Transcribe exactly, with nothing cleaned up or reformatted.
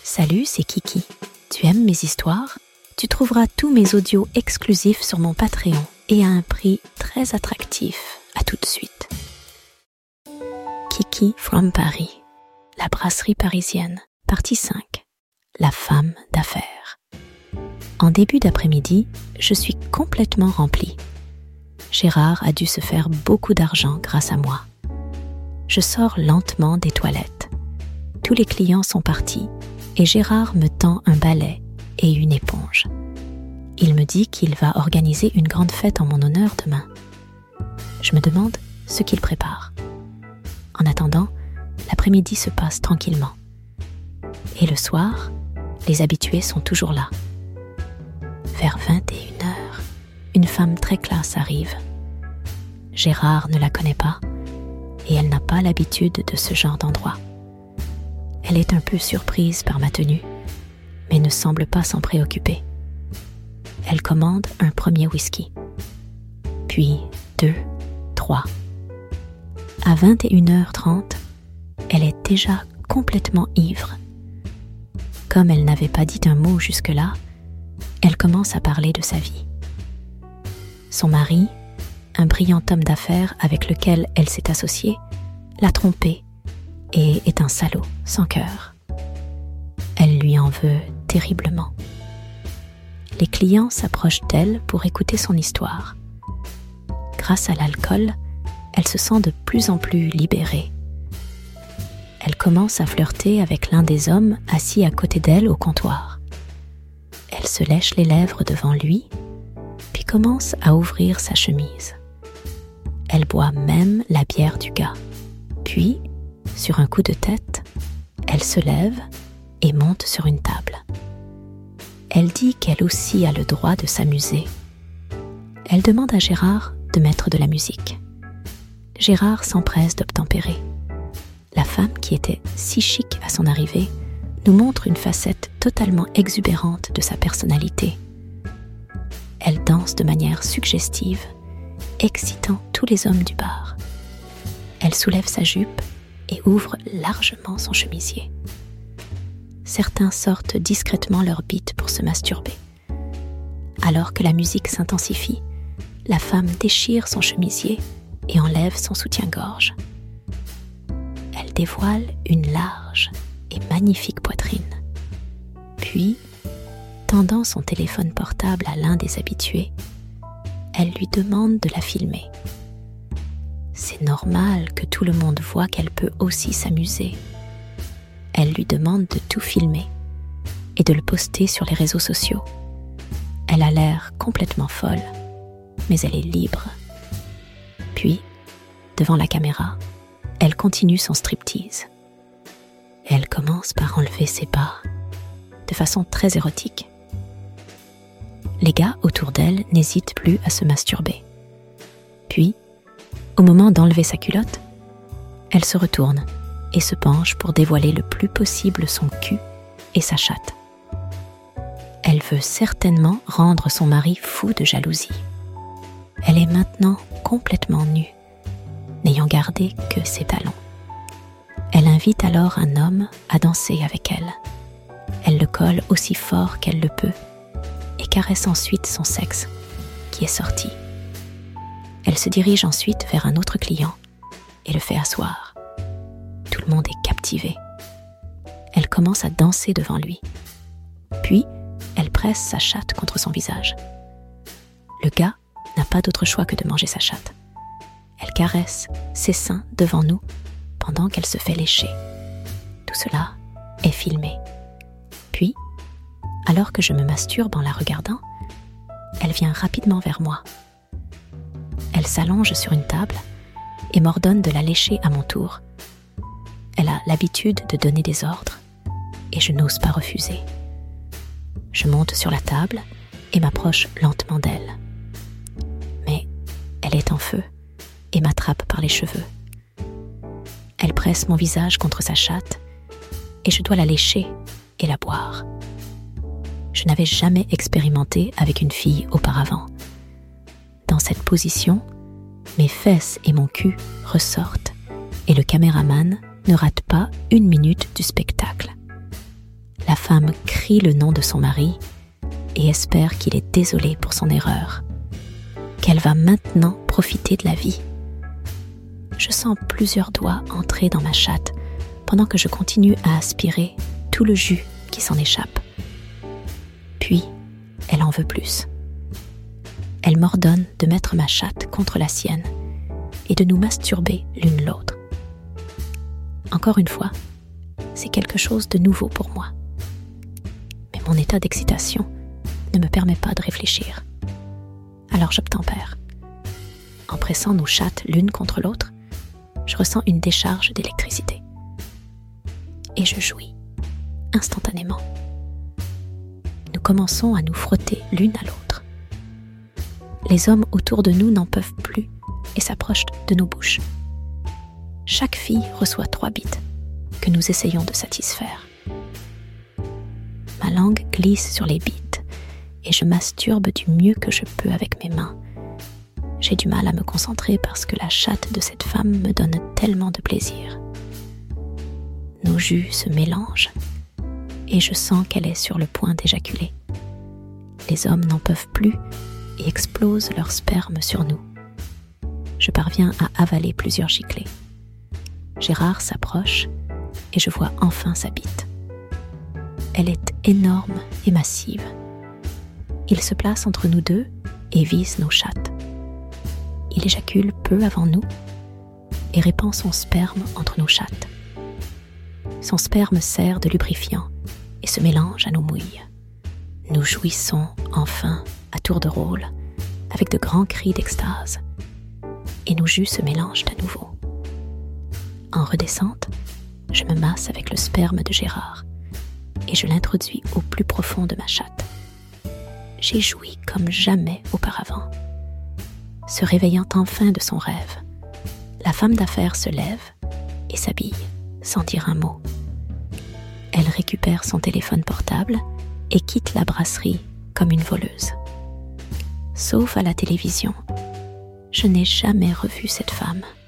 Salut, c'est Kiki. Tu aimes mes histoires? Tu trouveras tous mes audios exclusifs sur mon Patreon et à un prix très attractif. À tout de suite. Kiki from Paris, la brasserie parisienne, partie cinq. La femme d'affaires. En début d'après-midi, je suis complètement remplie. Gérard a dû se faire beaucoup d'argent grâce à moi. Je sors lentement des toilettes. Tous les clients sont partis et Gérard me tend un balai et une éponge. Il me dit qu'il va organiser une grande fête en mon honneur demain. Je me demande ce qu'il prépare. En attendant, l'après-midi se passe tranquillement. Et le soir, les habitués sont toujours là. Vers vingt et une heures, une femme très classe arrive. Gérard ne la connaît pas et elle n'a pas l'habitude de ce genre d'endroit. Elle est un peu surprise par ma tenue, mais ne semble pas s'en préoccuper. Elle commande un premier whisky, puis deux, trois. À vingt et une heures trente, elle est déjà complètement ivre. Comme elle n'avait pas dit un mot jusque-là, elle commence à parler de sa vie. Son mari, un brillant homme d'affaires avec lequel elle s'est associée, l'a trompée et est un salaud sans cœur. Elle lui en veut terriblement. Les clients s'approchent d'elle pour écouter son histoire. Grâce à l'alcool, elle se sent de plus en plus libérée. Elle commence à flirter avec l'un des hommes assis à côté d'elle au comptoir. Elle se lèche les lèvres devant lui, puis commence à ouvrir sa chemise. Elle boit même la bière du gars. Puis, sur un coup de tête, elle se lève et monte sur une table. Elle dit qu'elle aussi a le droit de s'amuser. Elle demande à Gérard de mettre de la musique. Gérard s'empresse d'obtempérer. La femme, qui était si chic à son arrivée, nous montre une facette totalement exubérante de sa personnalité. Elle danse de manière suggestive, excitant tous les hommes du bar. Elle soulève sa jupe et ouvre largement son chemisier. Certains sortent discrètement leur bite pour se masturber. Alors que la musique s'intensifie, la femme déchire son chemisier et enlève son soutien-gorge. Elle dévoile une large et magnifique poitrine. Puis, tendant son téléphone portable à l'un des habitués, elle lui demande de la filmer. C'est normal que tout le monde voit qu'elle peut aussi s'amuser. Elle lui demande de tout filmer et de le poster sur les réseaux sociaux. Elle a l'air complètement folle, mais elle est libre. Puis, devant la caméra, elle continue son striptease. Elle commence par enlever ses bas, de façon très érotique. Les gars autour d'elle n'hésitent plus à se masturber. Puis, au moment d'enlever sa culotte, elle se retourne et se penche pour dévoiler le plus possible son cul et sa chatte. Elle veut certainement rendre son mari fou de jalousie. Elle est maintenant complètement nue, n'ayant gardé que ses talons. Elle invite alors un homme à danser avec elle. Elle le colle aussi fort qu'elle le peut et caresse ensuite son sexe, qui est sorti. Elle se dirige ensuite vers un autre client et le fait asseoir. Tout le monde est captivé. Elle commence à danser devant lui. Puis, elle presse sa chatte contre son visage. Le gars n'a pas d'autre choix que de manger sa chatte. Elle caresse ses seins devant nous pendant qu'elle se fait lécher. Tout cela est filmé. Puis, alors que je me masturbe en la regardant, elle vient rapidement vers moi. Elle s'allonge sur une table et m'ordonne de la lécher à mon tour. Elle a l'habitude de donner des ordres et je n'ose pas refuser. Je monte sur la table et m'approche lentement d'elle. Mais elle est en feu et m'attrape par les cheveux. Elle presse mon visage contre sa chatte et je dois la lécher et la boire. Je n'avais jamais expérimenté avec une fille auparavant. Dans cette position, mes fesses et mon cul ressortent et le caméraman ne rate pas une minute du spectacle. La La femme crie le nom de son mari et espère qu'il est désolé pour son erreur, qu'elle va maintenant profiter de la vie. Je sens plusieurs doigts entrer dans ma chatte pendant que je continue à aspirer tout le jus qui s'en échappe. Puis, elle en veut plus. Elle m'ordonne de mettre ma chatte contre la sienne et de nous masturber l'une l'autre. Encore une fois, c'est quelque chose de nouveau pour moi. Mais mon état d'excitation ne me permet pas de réfléchir. Alors j'obtempère. En pressant nos chattes l'une contre l'autre, je ressens une décharge d'électricité. Et je jouis, instantanément. Nous commençons à nous frotter l'une à l'autre. Les hommes autour de nous n'en peuvent plus et s'approchent de nos bouches. Chaque fille reçoit trois bites que nous essayons de satisfaire. Ma langue glisse sur les bites et je masturbe du mieux que je peux avec mes mains. J'ai du mal à me concentrer parce que la chatte de cette femme me donne tellement de plaisir. Nos jus se mélangent et je sens qu'elle est sur le point d'éjaculer. Les hommes n'en peuvent plus et explosent leur sperme sur nous. Je parviens à avaler plusieurs giclées. Gérard s'approche et je vois enfin sa bite. Elle est énorme et massive. Il se place entre nous deux et vise nos chattes. Il éjacule peu avant nous et répand son sperme entre nos chattes. Son sperme sert de lubrifiant et se mélange à nos mouilles. Nous jouissons enfin à tour de rôle avec de grands cris d'extase et nos jus se mélangent à nouveau. En redescente, je me masse avec le sperme de Gérard et je l'introduis au plus profond de ma chatte. J'ai joui comme jamais auparavant. Se réveillant enfin de son rêve, la femme d'affaires se lève et s'habille sans dire un mot. Elle récupère son téléphone portable et quitte la brasserie comme une voleuse. Sauf à la télévision, je n'ai jamais revu cette femme.